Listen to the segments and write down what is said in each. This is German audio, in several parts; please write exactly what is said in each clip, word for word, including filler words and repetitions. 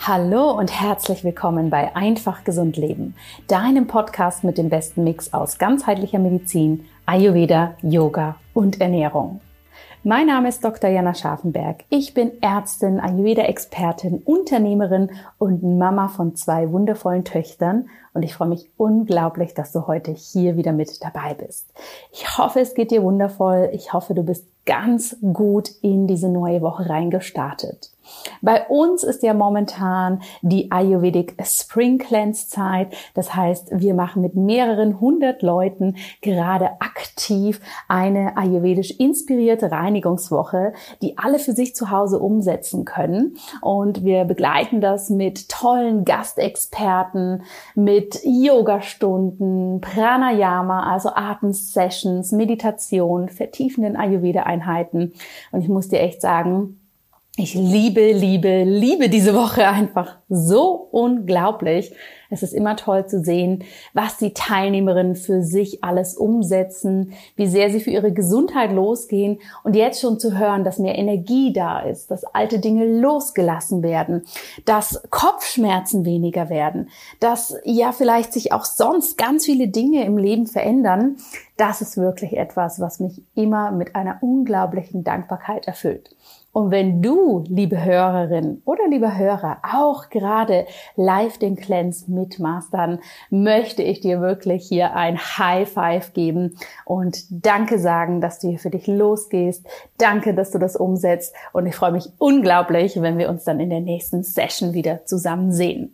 Hallo und herzlich willkommen bei Einfach Gesund Leben, deinem Podcast mit dem besten Mix aus ganzheitlicher Medizin, Ayurveda, Yoga und Ernährung. Mein Name ist Doktor Jana Scharfenberg. Ich bin Ärztin, Ayurveda-Expertin, Unternehmerin und Mama von zwei wundervollen Töchtern und ich freue mich unglaublich, dass du heute hier wieder mit dabei bist. Ich hoffe, es geht dir wundervoll. Ich hoffe, du bist ganz gut in diese neue Woche reingestartet. Bei uns ist ja momentan die Ayurvedic Spring Cleanse Zeit. Das heißt, wir machen mit mehreren hundert Leuten gerade aktiv eine ayurvedisch inspirierte Reinigungswoche, die alle für sich zu Hause umsetzen können. Und wir begleiten das mit tollen Gastexperten, mit Yogastunden, Pranayama, also Atemsessions, Meditation, vertiefenden Ayurveda-Einheiten. Und ich muss dir echt sagen, ich liebe, liebe, liebe diese Woche einfach so unglaublich. Es ist immer toll zu sehen, was die Teilnehmerinnen für sich alles umsetzen, wie sehr sie für ihre Gesundheit losgehen und jetzt schon zu hören, dass mehr Energie da ist, dass alte Dinge losgelassen werden, dass Kopfschmerzen weniger werden, dass ja vielleicht sich auch sonst ganz viele Dinge im Leben verändern. Das ist wirklich etwas, was mich immer mit einer unglaublichen Dankbarkeit erfüllt. Und wenn du, liebe Hörerin oder lieber Hörer, auch gerade live den Cleanse mitmachst, dann möchte ich dir wirklich hier ein High Five geben und Danke sagen, dass du hier für dich losgehst. Danke, dass du das umsetzt und ich freue mich unglaublich, wenn wir uns dann in der nächsten Session wieder zusammen sehen.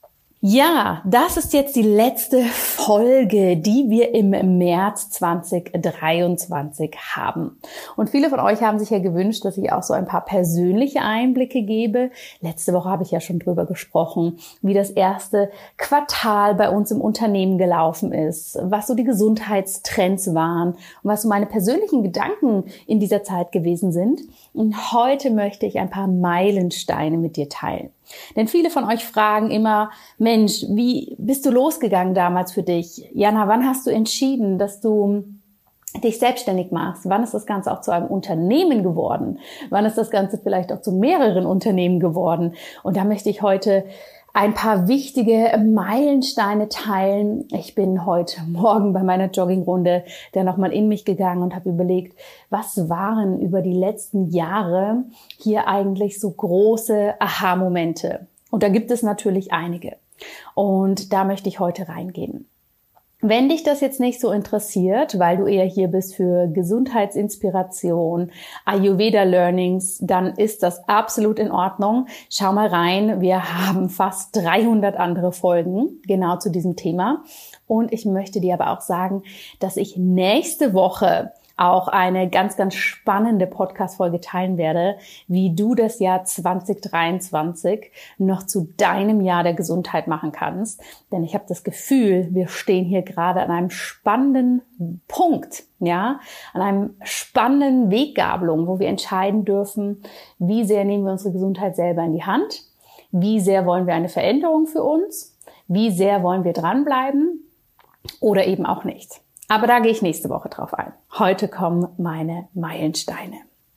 Ja, das ist jetzt die letzte Folge, die wir im März zwanzig dreiundzwanzig haben. Und viele von euch haben sich ja gewünscht, dass ich auch so ein paar persönliche Einblicke gebe. Letzte Woche habe ich ja schon drüber gesprochen, wie das erste Quartal bei uns im Unternehmen gelaufen ist, was so die Gesundheitstrends waren und was so meine persönlichen Gedanken in dieser Zeit gewesen sind. Und heute möchte ich ein paar Meilensteine mit dir teilen. Denn viele von euch fragen immer, Mensch, wie bist du losgegangen damals für dich? Jana, wann hast du entschieden, dass du dich selbstständig machst? Wann ist das Ganze auch zu einem Unternehmen geworden? Wann ist das Ganze vielleicht auch zu mehreren Unternehmen geworden? Und da möchte ich heute ein paar wichtige Meilensteine teilen. Ich bin heute Morgen bei meiner Joggingrunde dann nochmal in mich gegangen und habe überlegt, was waren über die letzten Jahre hier eigentlich so große Aha-Momente? Und da gibt es natürlich einige. Und da möchte ich heute reingehen. Wenn dich das jetzt nicht so interessiert, weil du eher hier bist für Gesundheitsinspiration, Ayurveda-Learnings, dann ist das absolut in Ordnung. Schau mal rein, wir haben fast dreihundert andere Folgen genau zu diesem Thema. Und ich möchte dir aber auch sagen, dass ich nächste Woche auch eine ganz, ganz spannende Podcast-Folge teilen werde, wie du das Jahr zwanzig dreiundzwanzig noch zu deinem Jahr der Gesundheit machen kannst. Denn ich habe das Gefühl, wir stehen hier gerade an einem spannenden Punkt, ja, an einem spannenden Weggabelung, wo wir entscheiden dürfen, wie sehr nehmen wir unsere Gesundheit selber in die Hand, wie sehr wollen wir eine Veränderung für uns, wie sehr wollen wir dranbleiben oder eben auch nicht. Aber da gehe ich nächste Woche drauf ein. Heute kommen meine Meilensteine.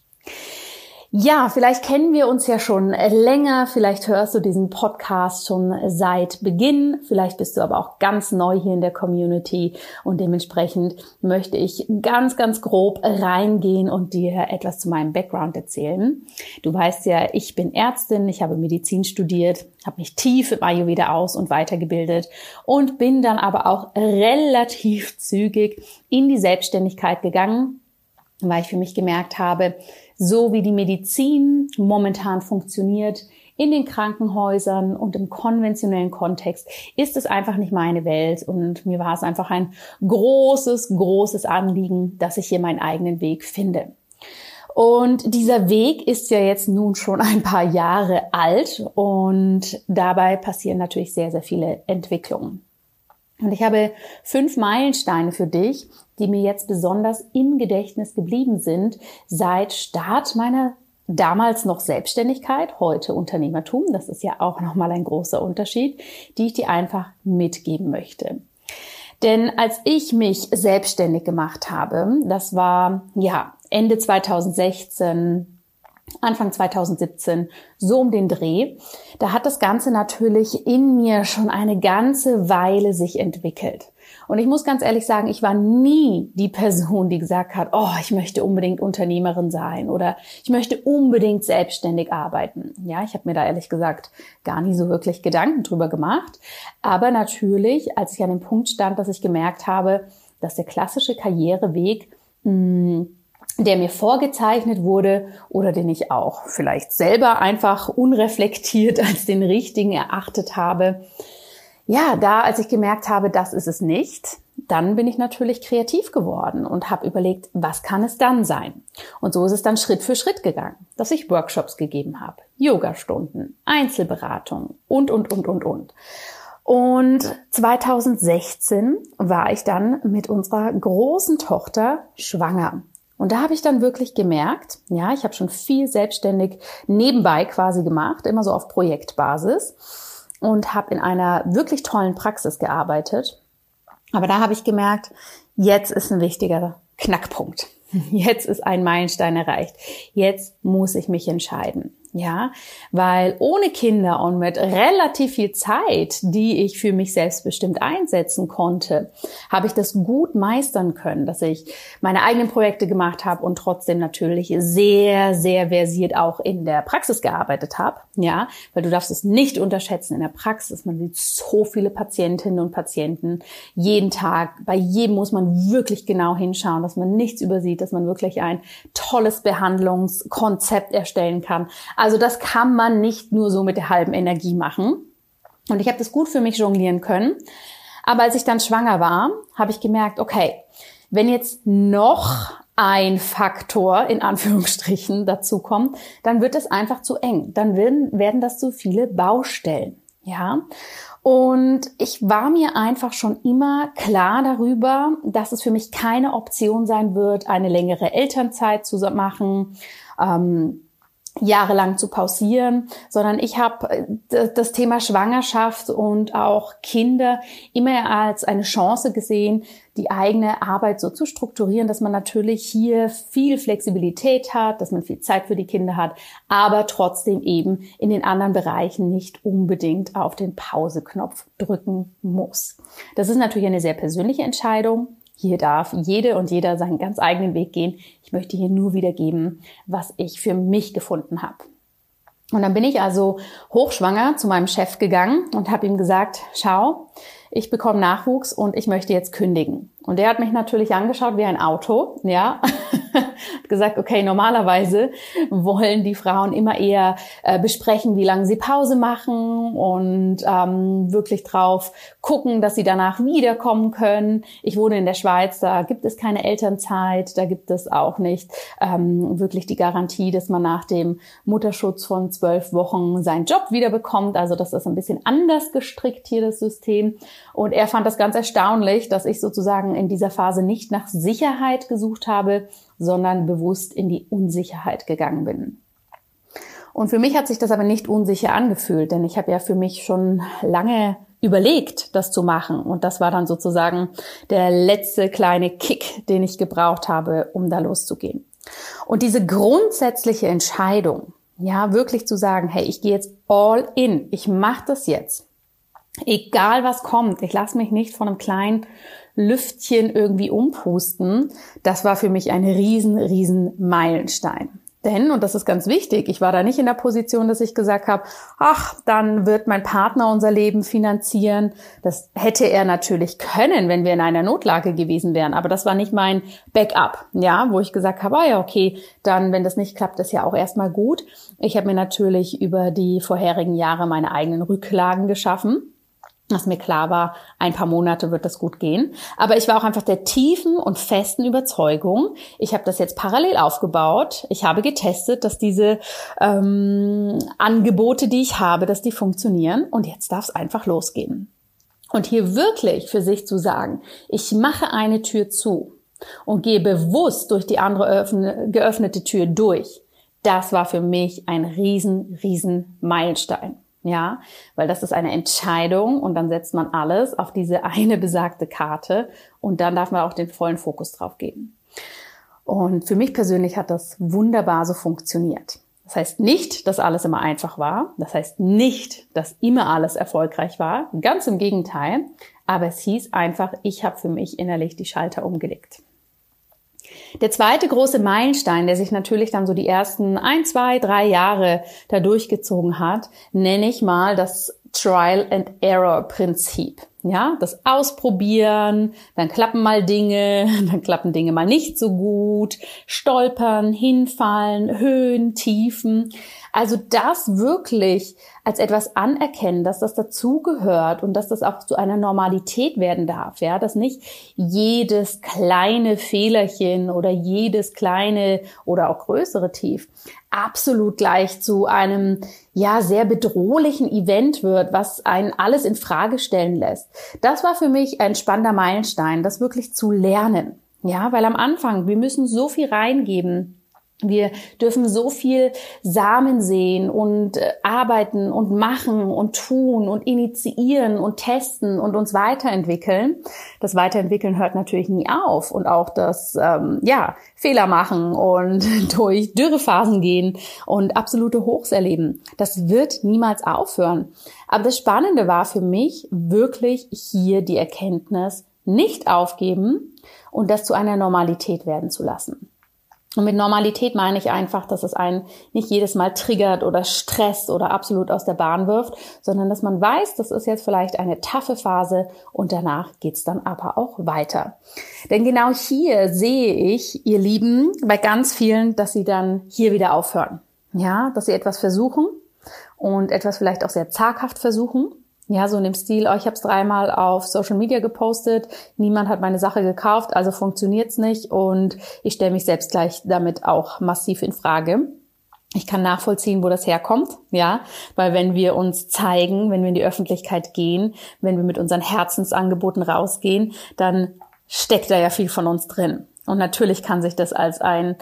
Ja, vielleicht kennen wir uns ja schon länger, vielleicht hörst du diesen Podcast schon seit Beginn, vielleicht bist du aber auch ganz neu hier in der Community und dementsprechend möchte ich ganz, ganz grob reingehen und dir etwas zu meinem Background erzählen. Du weißt ja, ich bin Ärztin, ich habe Medizin studiert, habe mich tief im Ayurveda aus- und weitergebildet und bin dann aber auch relativ zügig in die Selbstständigkeit gegangen, weil ich für mich gemerkt habe, so wie die Medizin momentan funktioniert in den Krankenhäusern und im konventionellen Kontext, ist es einfach nicht meine Welt. Und mir war es einfach ein großes, großes Anliegen, dass ich hier meinen eigenen Weg finde. Und dieser Weg ist ja jetzt nun schon ein paar Jahre alt und dabei passieren natürlich sehr, sehr viele Entwicklungen. Und ich habe fünf Meilensteine für dich, die mir jetzt besonders im Gedächtnis geblieben sind, seit Start meiner damals noch Selbstständigkeit, heute Unternehmertum. Das ist ja auch nochmal ein großer Unterschied, die ich dir einfach mitgeben möchte. Denn als ich mich selbstständig gemacht habe, das war ja Ende zweitausendsechzehn, Anfang zweitausendsiebzehn, so um den Dreh. Da hat das Ganze natürlich in mir schon eine ganze Weile sich entwickelt. Und ich muss ganz ehrlich sagen, ich war nie die Person, die gesagt hat, oh, ich möchte unbedingt Unternehmerin sein oder ich möchte unbedingt selbstständig arbeiten. Ja, ich habe mir da ehrlich gesagt gar nie so wirklich Gedanken drüber gemacht. Aber natürlich, als ich an dem Punkt stand, dass ich gemerkt habe, dass der klassische Karriereweg, mh, der mir vorgezeichnet wurde oder den ich auch vielleicht selber einfach unreflektiert als den richtigen erachtet habe, ja, da, als ich gemerkt habe, das ist es nicht, dann bin ich natürlich kreativ geworden und habe überlegt, was kann es dann sein? Und so ist es dann Schritt für Schritt gegangen, dass ich Workshops gegeben habe, Yogastunden, Einzelberatung und, und, und, und, und. Und zweitausendsechzehn war ich dann mit unserer großen Tochter schwanger. Und da habe ich dann wirklich gemerkt, ja, ich habe schon viel selbstständig nebenbei quasi gemacht, immer so auf Projektbasis. Und habe in einer wirklich tollen Praxis gearbeitet. Aber da habe ich gemerkt, jetzt ist ein wichtiger Knackpunkt. Jetzt ist ein Meilenstein erreicht. Jetzt muss ich mich entscheiden. Ja, weil ohne Kinder und mit relativ viel Zeit, die ich für mich selbstbestimmt einsetzen konnte, habe ich das gut meistern können, dass ich meine eigenen Projekte gemacht habe und trotzdem natürlich sehr, sehr versiert auch in der Praxis gearbeitet habe. Ja, weil du darfst es nicht unterschätzen in der Praxis. Man sieht so viele Patientinnen und Patienten jeden Tag. Bei jedem muss man wirklich genau hinschauen, dass man nichts übersieht, dass man wirklich ein tolles Behandlungskonzept erstellen kann. Also das kann man nicht nur so mit der halben Energie machen. Und ich habe das gut für mich jonglieren können. Aber als ich dann schwanger war, habe ich gemerkt, okay, wenn jetzt noch ein Faktor in Anführungsstrichen dazu kommt, dann wird es einfach zu eng. Dann werden, werden das zu viele Baustellen. Ja. Und ich war mir einfach schon immer klar darüber, dass es für mich keine Option sein wird, eine längere Elternzeit zu machen, ähm, jahrelang zu pausieren, sondern ich habe das Thema Schwangerschaft und auch Kinder immer als eine Chance gesehen, die eigene Arbeit so zu strukturieren, dass man natürlich hier viel Flexibilität hat, dass man viel Zeit für die Kinder hat, aber trotzdem eben in den anderen Bereichen nicht unbedingt auf den Pauseknopf drücken muss. Das ist natürlich eine sehr persönliche Entscheidung. Hier darf jede und jeder seinen ganz eigenen Weg gehen. Ich möchte hier nur wiedergeben, was ich für mich gefunden habe. Und dann bin ich also hochschwanger zu meinem Chef gegangen und habe ihm gesagt, schau, ich bekomme Nachwuchs und ich möchte jetzt kündigen. Und der hat mich natürlich angeschaut wie ein Auto, ja, hat gesagt, okay, normalerweise wollen die Frauen immer eher äh, besprechen, wie lange sie Pause machen und ähm, wirklich drauf gucken, dass sie danach wiederkommen können. Ich wohne in der Schweiz, da gibt es keine Elternzeit, da gibt es auch nicht ähm, wirklich die Garantie, dass man nach dem Mutterschutz von zwölf Wochen seinen Job wieder bekommt. Also das ist ein bisschen anders gestrickt hier, das System. Und er fand das ganz erstaunlich, dass ich sozusagen in dieser Phase nicht nach Sicherheit gesucht habe, sondern bewusst in die Unsicherheit gegangen bin. Und für mich hat sich das aber nicht unsicher angefühlt, denn ich habe ja für mich schon lange überlegt, das zu machen. Und das war dann sozusagen der letzte kleine Kick, den ich gebraucht habe, um da loszugehen. Und diese grundsätzliche Entscheidung, ja, wirklich zu sagen, hey, ich gehe jetzt all in, ich mache das jetzt. Egal was kommt, ich lasse mich nicht von einem kleinen Lüftchen irgendwie umpusten. Das war für mich ein riesen, riesen Meilenstein. Denn, und das ist ganz wichtig, ich war da nicht in der Position, dass ich gesagt habe, ach, dann wird mein Partner unser Leben finanzieren. Das hätte er natürlich können, wenn wir in einer Notlage gewesen wären. Aber das war nicht mein Backup, ja, wo ich gesagt habe, ah ja, okay, dann, wenn das nicht klappt, ist ja auch erstmal gut. Ich habe mir natürlich über die vorherigen Jahre meine eigenen Rücklagen geschaffen, dass mir klar war, ein paar Monate wird das gut gehen. Aber ich war auch einfach der tiefen und festen Überzeugung, ich habe das jetzt parallel aufgebaut. Ich habe getestet, dass diese ähm, Angebote, die ich habe, dass die funktionieren. Und jetzt darf es einfach losgehen. Und hier wirklich für sich zu sagen, ich mache eine Tür zu und gehe bewusst durch die andere öffne, geöffnete Tür durch. Das war für mich ein riesen, riesen Meilenstein. Ja, weil das ist eine Entscheidung und dann setzt man alles auf diese eine besagte Karte und dann darf man auch den vollen Fokus drauf geben. Und für mich persönlich hat das wunderbar so funktioniert. Das heißt nicht, dass alles immer einfach war. Das heißt nicht, dass immer alles erfolgreich war. Ganz im Gegenteil. Aber es hieß einfach, ich habe für mich innerlich die Schalter umgelegt. Der zweite große Meilenstein, der sich natürlich dann so die ersten ein, zwei, drei Jahre da durchgezogen hat, nenne ich mal das Trial-and-Error-Prinzip. Ja, das Ausprobieren, dann klappen mal Dinge, dann klappen Dinge mal nicht so gut, stolpern, hinfallen, Höhen, Tiefen. Also das wirklich als etwas anerkennen, dass das dazugehört und dass das auch zu einer Normalität werden darf, ja, dass nicht jedes kleine Fehlerchen oder jedes kleine oder auch größere Tief absolut gleich zu einem, ja, sehr bedrohlichen Event wird, was einen alles in Frage stellen lässt. Das war für mich ein spannender Meilenstein, das wirklich zu lernen, ja, weil am Anfang, wir müssen so viel reingeben. Wir dürfen so viel Samen sehen und äh, arbeiten und machen und tun und initiieren und testen und uns weiterentwickeln. Das Weiterentwickeln hört natürlich nie auf und auch das ähm, ja Fehler machen und durch Dürrephasen gehen und absolute Hochs erleben. Das wird niemals aufhören. Aber das Spannende war für mich wirklich hier die Erkenntnis, nicht aufgeben und das zu einer Normalität werden zu lassen. Und mit Normalität meine ich einfach, dass es einen nicht jedes Mal triggert oder stresst oder absolut aus der Bahn wirft, sondern dass man weiß, das ist jetzt vielleicht eine taffe Phase und danach geht's dann aber auch weiter. Denn genau hier sehe ich, ihr Lieben, bei ganz vielen, dass sie dann hier wieder aufhören. Ja, dass sie etwas versuchen und etwas vielleicht auch sehr zaghaft versuchen. Ja, so in dem Stil, oh, ich habe es dreimal auf Social Media gepostet, niemand hat meine Sache gekauft, also funktioniert's nicht und ich stelle mich selbst gleich damit auch massiv in Frage. Ich kann nachvollziehen, wo das herkommt, ja, weil wenn wir uns zeigen, wenn wir in die Öffentlichkeit gehen, wenn wir mit unseren Herzensangeboten rausgehen, dann steckt da ja viel von uns drin. Und natürlich kann sich das als ein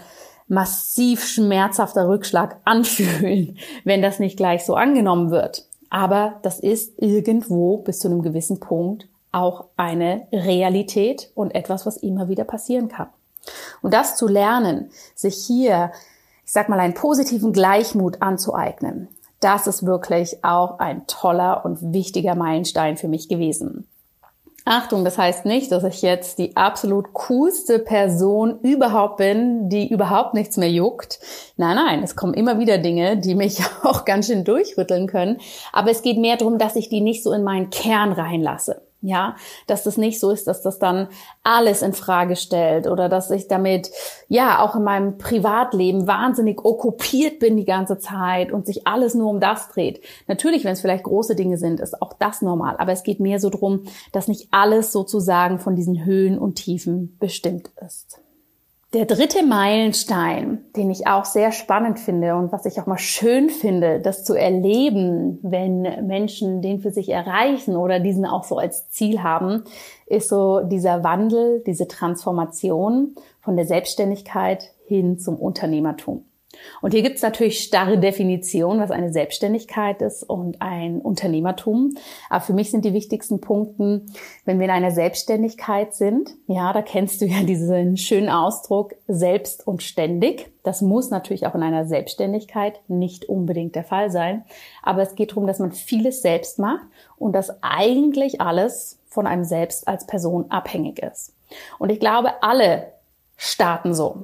massiv schmerzhafter Rückschlag anfühlen, wenn das nicht gleich so angenommen wird. Aber das ist irgendwo bis zu einem gewissen Punkt auch eine Realität und etwas, was immer wieder passieren kann. Und das zu lernen, sich hier, ich sag mal, einen positiven Gleichmut anzueignen, das ist wirklich auch ein toller und wichtiger Meilenstein für mich gewesen. Achtung, das heißt nicht, dass ich jetzt die absolut coolste Person überhaupt bin, die überhaupt nichts mehr juckt. Nein, nein, es kommen immer wieder Dinge, die mich auch ganz schön durchrütteln können. Aber es geht mehr darum, dass ich die nicht so in meinen Kern reinlasse. Ja, dass das nicht so ist, dass das dann alles in Frage stellt oder dass ich damit, ja, auch in meinem Privatleben wahnsinnig okkupiert bin die ganze Zeit und sich alles nur um das dreht. Natürlich, wenn es vielleicht große Dinge sind, ist auch das normal. Aber es geht mehr so drum, dass nicht alles sozusagen von diesen Höhen und Tiefen bestimmt ist. Der dritte Meilenstein, den ich auch sehr spannend finde und was ich auch mal schön finde, das zu erleben, wenn Menschen den für sich erreichen oder diesen auch so als Ziel haben, ist so dieser Wandel, diese Transformation von der Selbstständigkeit hin zum Unternehmertum. Und hier gibt es natürlich starre Definitionen, was eine Selbstständigkeit ist und ein Unternehmertum. Aber für mich sind die wichtigsten Punkte, wenn wir in einer Selbstständigkeit sind, ja, da kennst du ja diesen schönen Ausdruck selbst und ständig. Das muss natürlich auch in einer Selbstständigkeit nicht unbedingt der Fall sein. Aber es geht darum, dass man vieles selbst macht und dass eigentlich alles von einem selbst als Person abhängig ist. Und ich glaube, alle starten so.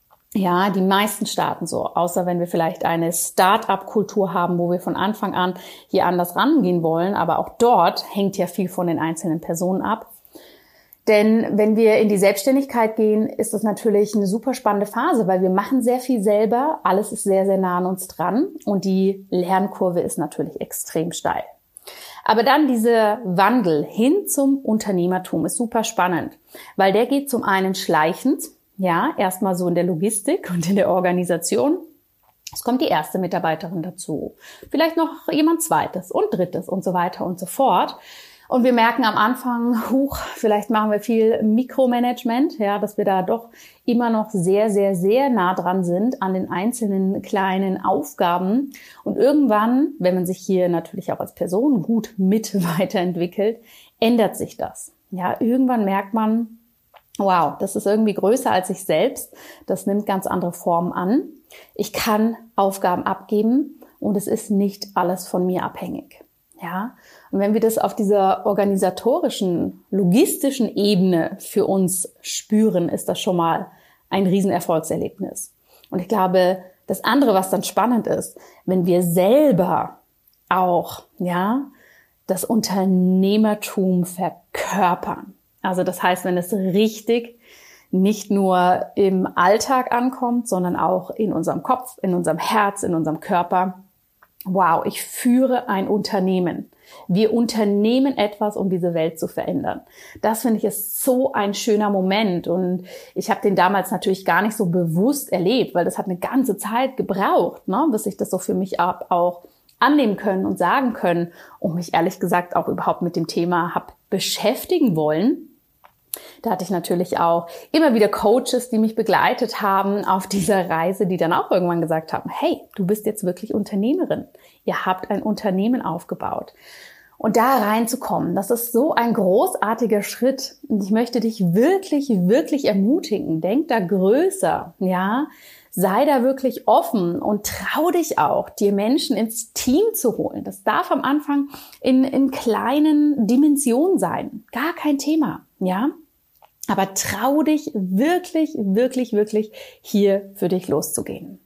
Ja, die meisten starten so, außer wenn wir vielleicht eine Start-up-Kultur haben, wo wir von Anfang an hier anders rangehen wollen. Aber auch dort hängt ja viel von den einzelnen Personen ab. Denn wenn wir in die Selbstständigkeit gehen, ist das natürlich eine super spannende Phase, weil wir machen sehr viel selber. Alles ist sehr, sehr nah an uns dran und die Lernkurve ist natürlich extrem steil. Aber dann dieser Wandel hin zum Unternehmertum ist super spannend, weil der geht zum einen schleichend. Ja, erstmal so in der Logistik und in der Organisation. Es kommt die erste Mitarbeiterin dazu. Vielleicht noch jemand zweites und drittes und so weiter und so fort. Und wir merken am Anfang, huch, vielleicht machen wir viel Mikromanagement, ja, dass wir da doch immer noch sehr, sehr, sehr nah dran sind an den einzelnen kleinen Aufgaben. Und irgendwann, wenn man sich hier natürlich auch als Person gut mit weiterentwickelt, ändert sich das. Ja, irgendwann merkt man, wow, das ist irgendwie größer als ich selbst. Das nimmt ganz andere Formen an. Ich kann Aufgaben abgeben und es ist nicht alles von mir abhängig. Ja, und wenn wir das auf dieser organisatorischen, logistischen Ebene für uns spüren, ist das schon mal ein Riesenerfolgserlebnis. Und ich glaube, das andere, was dann spannend ist, wenn wir selber auch, ja, das Unternehmertum verkörpern. Also das heißt, wenn es richtig nicht nur im Alltag ankommt, sondern auch in unserem Kopf, in unserem Herz, in unserem Körper. Wow, ich führe ein Unternehmen. Wir unternehmen etwas, um diese Welt zu verändern. Das finde ich ist so ein schöner Moment und ich habe den damals natürlich gar nicht so bewusst erlebt, weil das hat eine ganze Zeit gebraucht, ne, bis ich das so für mich auch annehmen können und sagen können und mich ehrlich gesagt auch überhaupt mit dem Thema habe beschäftigen wollen. Da hatte ich natürlich auch immer wieder Coaches, die mich begleitet haben auf dieser Reise, die dann auch irgendwann gesagt haben, hey, du bist jetzt wirklich Unternehmerin. Ihr habt ein Unternehmen aufgebaut. Und da reinzukommen, das ist so ein großartiger Schritt. Und ich möchte dich wirklich, wirklich ermutigen. Denk da größer, ja. Sei da wirklich offen und trau dich auch, dir Menschen ins Team zu holen. Das darf am Anfang in, in kleinen Dimensionen sein. Gar kein Thema, ja. Aber trau dich wirklich, wirklich, wirklich hier für dich loszugehen.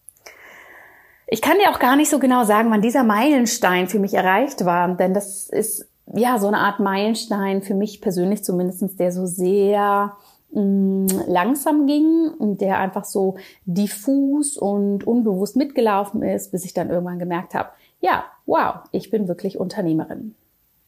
Ich kann dir auch gar nicht so genau sagen, wann dieser Meilenstein für mich erreicht war, denn das ist ja so eine Art Meilenstein für mich persönlich zumindest, der so sehr mh, langsam ging und der einfach so diffus und unbewusst mitgelaufen ist, bis ich dann irgendwann gemerkt habe, ja, wow, ich bin wirklich Unternehmerin.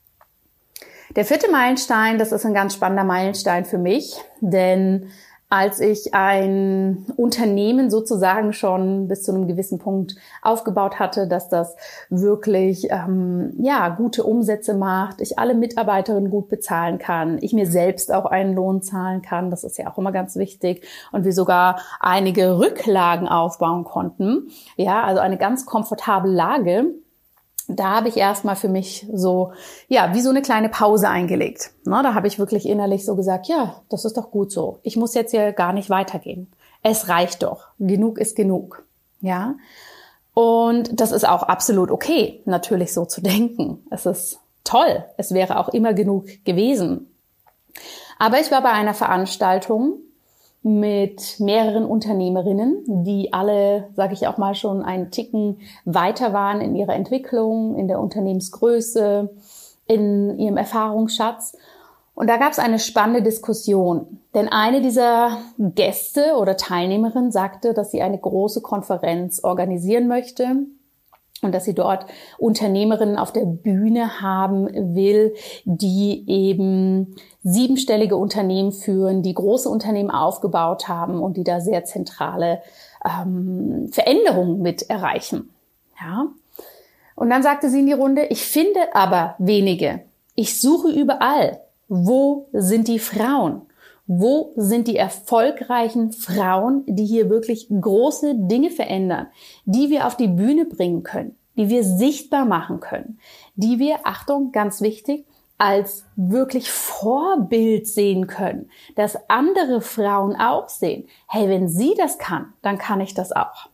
Der vierte Meilenstein, das ist ein ganz spannender Meilenstein für mich, denn als ich ein Unternehmen sozusagen schon bis zu einem gewissen Punkt aufgebaut hatte, dass das wirklich ähm, ja gute Umsätze macht, ich alle Mitarbeiterinnen gut bezahlen kann, ich mir selbst auch einen Lohn zahlen kann, das ist ja auch immer ganz wichtig, und wir sogar einige Rücklagen aufbauen konnten, ja, also eine ganz komfortable Lage. Da habe ich erstmal für mich so, ja, wie so eine kleine Pause eingelegt. Na, da habe ich wirklich innerlich so gesagt, ja, das ist doch gut so. Ich muss jetzt hier gar nicht weitergehen. Es reicht doch. Genug ist genug. Ja. Und das ist auch absolut okay, natürlich so zu denken. Es ist toll. Es wäre auch immer genug gewesen. Aber ich war bei einer Veranstaltung mit mehreren Unternehmerinnen, die alle, sage ich auch mal, schon einen Ticken weiter waren in ihrer Entwicklung, in der Unternehmensgröße, in ihrem Erfahrungsschatz. Und da gab es eine spannende Diskussion. Denn eine dieser Gäste oder Teilnehmerinnen sagte, dass sie eine große Konferenz organisieren möchte und dass sie dort Unternehmerinnen auf der Bühne haben will, die eben siebenstellige Unternehmen führen, die große Unternehmen aufgebaut haben und die da sehr zentrale ähm, Veränderungen mit erreichen. Ja. Und dann sagte sie in die Runde, ich finde aber wenige. Ich suche überall. Wo sind die Frauen? Wo sind die erfolgreichen Frauen, die hier wirklich große Dinge verändern, die wir auf die Bühne bringen können, die wir sichtbar machen können, die wir, Achtung, ganz wichtig, als wirklich Vorbild sehen können, dass andere Frauen auch sehen, hey, wenn sie das kann, dann kann ich das auch.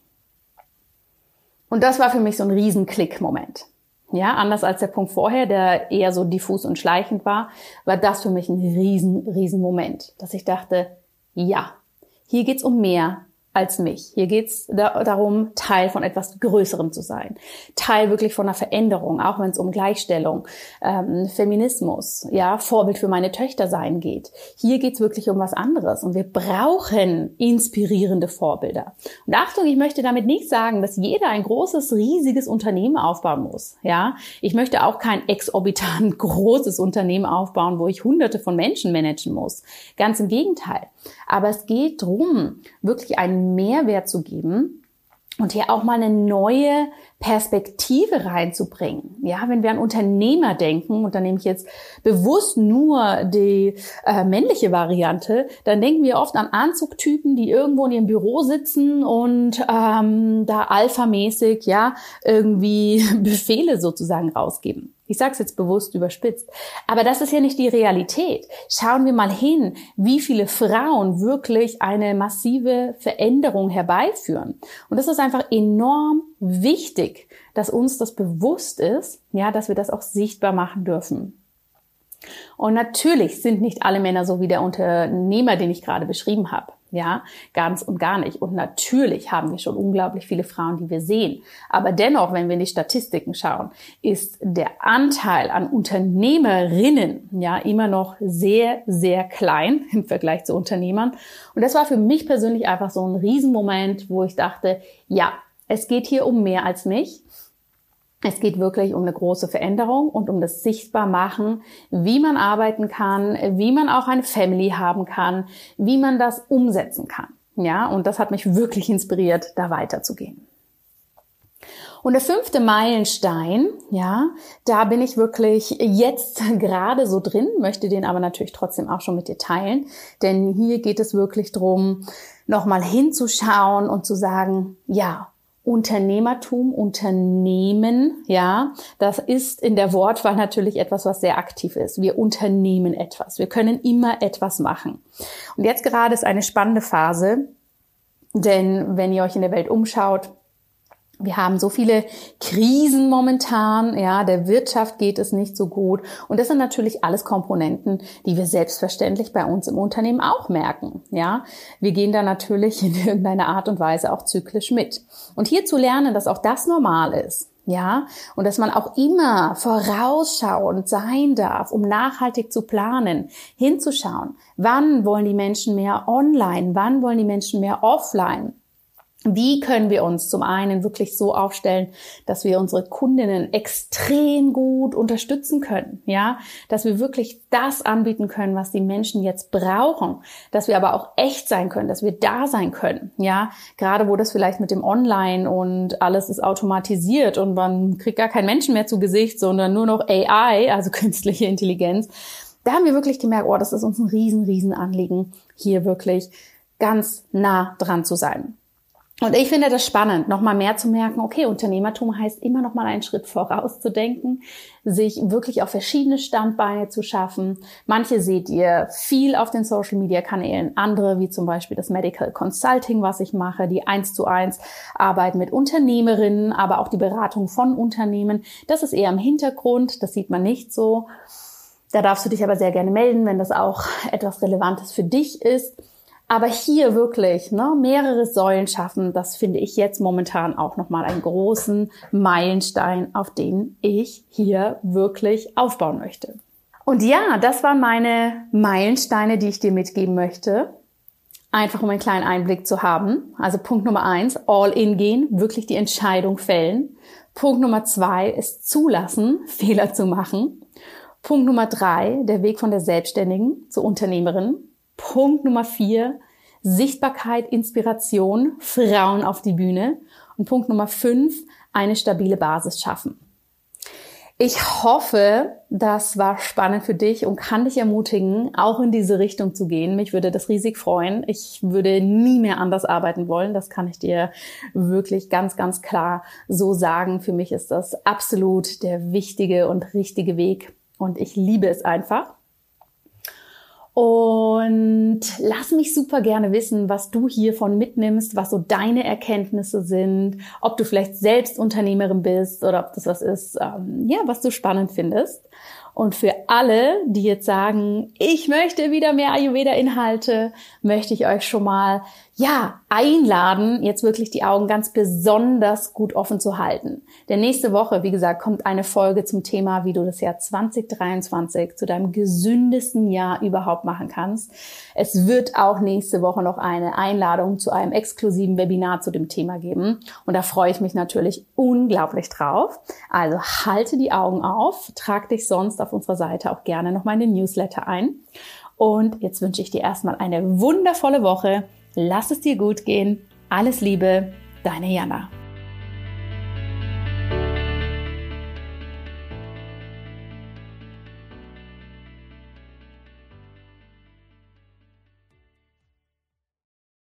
Und das war für mich so ein Riesen-Klick-Moment. Ja, anders als der Punkt vorher, der eher so diffus und schleichend war, war das für mich ein riesen, riesen Moment, dass ich dachte, ja, hier geht's um mehr als mich. Hier geht's da, darum, Teil von etwas Größerem zu sein. Teil wirklich von einer Veränderung, auch wenn es um Gleichstellung, ähm, Feminismus, ja, Vorbild für meine Töchter sein geht. Hier geht's wirklich um was anderes und wir brauchen inspirierende Vorbilder. Und Achtung, ich möchte damit nicht sagen, dass jeder ein großes, riesiges Unternehmen aufbauen muss. Ja, ich möchte auch kein exorbitant großes Unternehmen aufbauen, wo ich hunderte von Menschen managen muss. Ganz im Gegenteil. Aber es geht darum, wirklich einen Mehrwert zu geben und hier auch mal eine neue Perspektive reinzubringen. Ja, wenn wir an Unternehmer denken, und da nehme ich jetzt bewusst nur die äh, männliche Variante, dann denken wir oft an Anzugtypen, die irgendwo in ihrem Büro sitzen und ähm, da alphamäßig ja irgendwie Befehle sozusagen rausgeben. Ich sage es jetzt bewusst überspitzt. Aber das ist ja nicht die Realität. Schauen wir mal hin, wie viele Frauen wirklich eine massive Veränderung herbeiführen. Und das ist einfach enorm wichtig, dass uns das bewusst ist, ja, dass wir das auch sichtbar machen dürfen. Und natürlich sind nicht alle Männer so wie der Unternehmer, den ich gerade beschrieben habe. Ja, ganz und gar nicht. Und natürlich haben wir schon unglaublich viele Frauen, die wir sehen. Aber dennoch, wenn wir in die Statistiken schauen, ist der Anteil an Unternehmerinnen ja immer noch sehr, sehr klein im Vergleich zu Unternehmern. Und das war für mich persönlich einfach so ein Riesenmoment, wo ich dachte, ja, es geht hier um mehr als mich. Es geht wirklich um eine große Veränderung und um das Sichtbarmachen, wie man arbeiten kann, wie man auch eine Family haben kann, wie man das umsetzen kann. Ja, und das hat mich wirklich inspiriert, da weiterzugehen. Und der fünfte Meilenstein, ja, da bin ich wirklich jetzt gerade so drin, möchte den aber natürlich trotzdem auch schon mit dir teilen, denn hier geht es wirklich darum, nochmal hinzuschauen und zu sagen, ja, Unternehmertum, Unternehmen, ja, das ist in der Wortwahl natürlich etwas, was sehr aktiv ist. Wir unternehmen etwas. Wir können immer etwas machen. Und jetzt gerade ist eine spannende Phase, denn wenn ihr euch in der Welt umschaut, wir haben so viele Krisen momentan, ja, der Wirtschaft geht es nicht so gut. Und das sind natürlich alles Komponenten, die wir selbstverständlich bei uns im Unternehmen auch merken, ja. Wir gehen da natürlich in irgendeiner Art und Weise auch zyklisch mit. Und hier zu lernen, dass auch das normal ist, ja, und dass man auch immer vorausschauend sein darf, um nachhaltig zu planen, hinzuschauen. Wann wollen die Menschen mehr online? Wann wollen die Menschen mehr offline? Wie können wir uns zum einen wirklich so aufstellen, dass wir unsere Kundinnen extrem gut unterstützen können, ja, dass wir wirklich das anbieten können, was die Menschen jetzt brauchen, dass wir aber auch echt sein können, dass wir da sein können, ja, gerade wo das vielleicht mit dem Online und alles ist automatisiert und man kriegt gar keinen Menschen mehr zu Gesicht, sondern nur noch A I, also künstliche Intelligenz. Da haben wir wirklich gemerkt, oh, das ist uns ein riesen, riesen Anliegen, hier wirklich ganz nah dran zu sein. Und ich finde das spannend, nochmal mehr zu merken, okay, Unternehmertum heißt immer noch mal einen Schritt vorauszudenken, sich wirklich auf verschiedene Standbeine zu schaffen. Manche seht ihr viel auf den Social-Media-Kanälen, andere wie zum Beispiel das Medical Consulting, was ich mache, die eins zu eins Arbeit mit Unternehmerinnen, aber auch die Beratung von Unternehmen. Das ist eher im Hintergrund, das sieht man nicht so. Da darfst du dich aber sehr gerne melden, wenn das auch etwas Relevantes für dich ist. Aber hier wirklich ne, mehrere Säulen schaffen, das finde ich jetzt momentan auch nochmal einen großen Meilenstein, auf den ich hier wirklich aufbauen möchte. Und ja, das waren meine Meilensteine, die ich dir mitgeben möchte. Einfach um einen kleinen Einblick zu haben. Also Punkt Nummer eins, all in gehen, wirklich die Entscheidung fällen. Punkt Nummer zwei ist zulassen, Fehler zu machen. Punkt Nummer drei, der Weg von der Selbstständigen zur Unternehmerin. Punkt Nummer vier, Sichtbarkeit, Inspiration, Frauen auf die Bühne. Und Punkt Nummer fünf, eine stabile Basis schaffen. Ich hoffe, das war spannend für dich und kann dich ermutigen, auch in diese Richtung zu gehen. Mich würde das riesig freuen. Ich würde nie mehr anders arbeiten wollen. Das kann ich dir wirklich ganz, ganz klar so sagen. Für mich ist das absolut der wichtige und richtige Weg. Und ich liebe es einfach. Und lass mich super gerne wissen, was du hiervon mitnimmst, was so deine Erkenntnisse sind, ob du vielleicht selbst Unternehmerin bist oder ob das was ist, ähm, ja, was du spannend findest. Und für alle, die jetzt sagen, ich möchte wieder mehr Ayurveda-Inhalte, möchte ich euch schon mal, ja, einladen, jetzt wirklich die Augen ganz besonders gut offen zu halten. Denn nächste Woche, wie gesagt, kommt eine Folge zum Thema, wie du das Jahr zwanzig dreiundzwanzig zu deinem gesündesten Jahr überhaupt machen kannst. Es wird auch nächste Woche noch eine Einladung zu einem exklusiven Webinar zu dem Thema geben. Und da freue ich mich natürlich unglaublich drauf. Also halte die Augen auf, trag dich sonst auf unserer Seite auch gerne noch mal in den Newsletter ein. Und jetzt wünsche ich dir erstmal eine wundervolle Woche. Lass es dir gut gehen. Alles Liebe, deine Jana.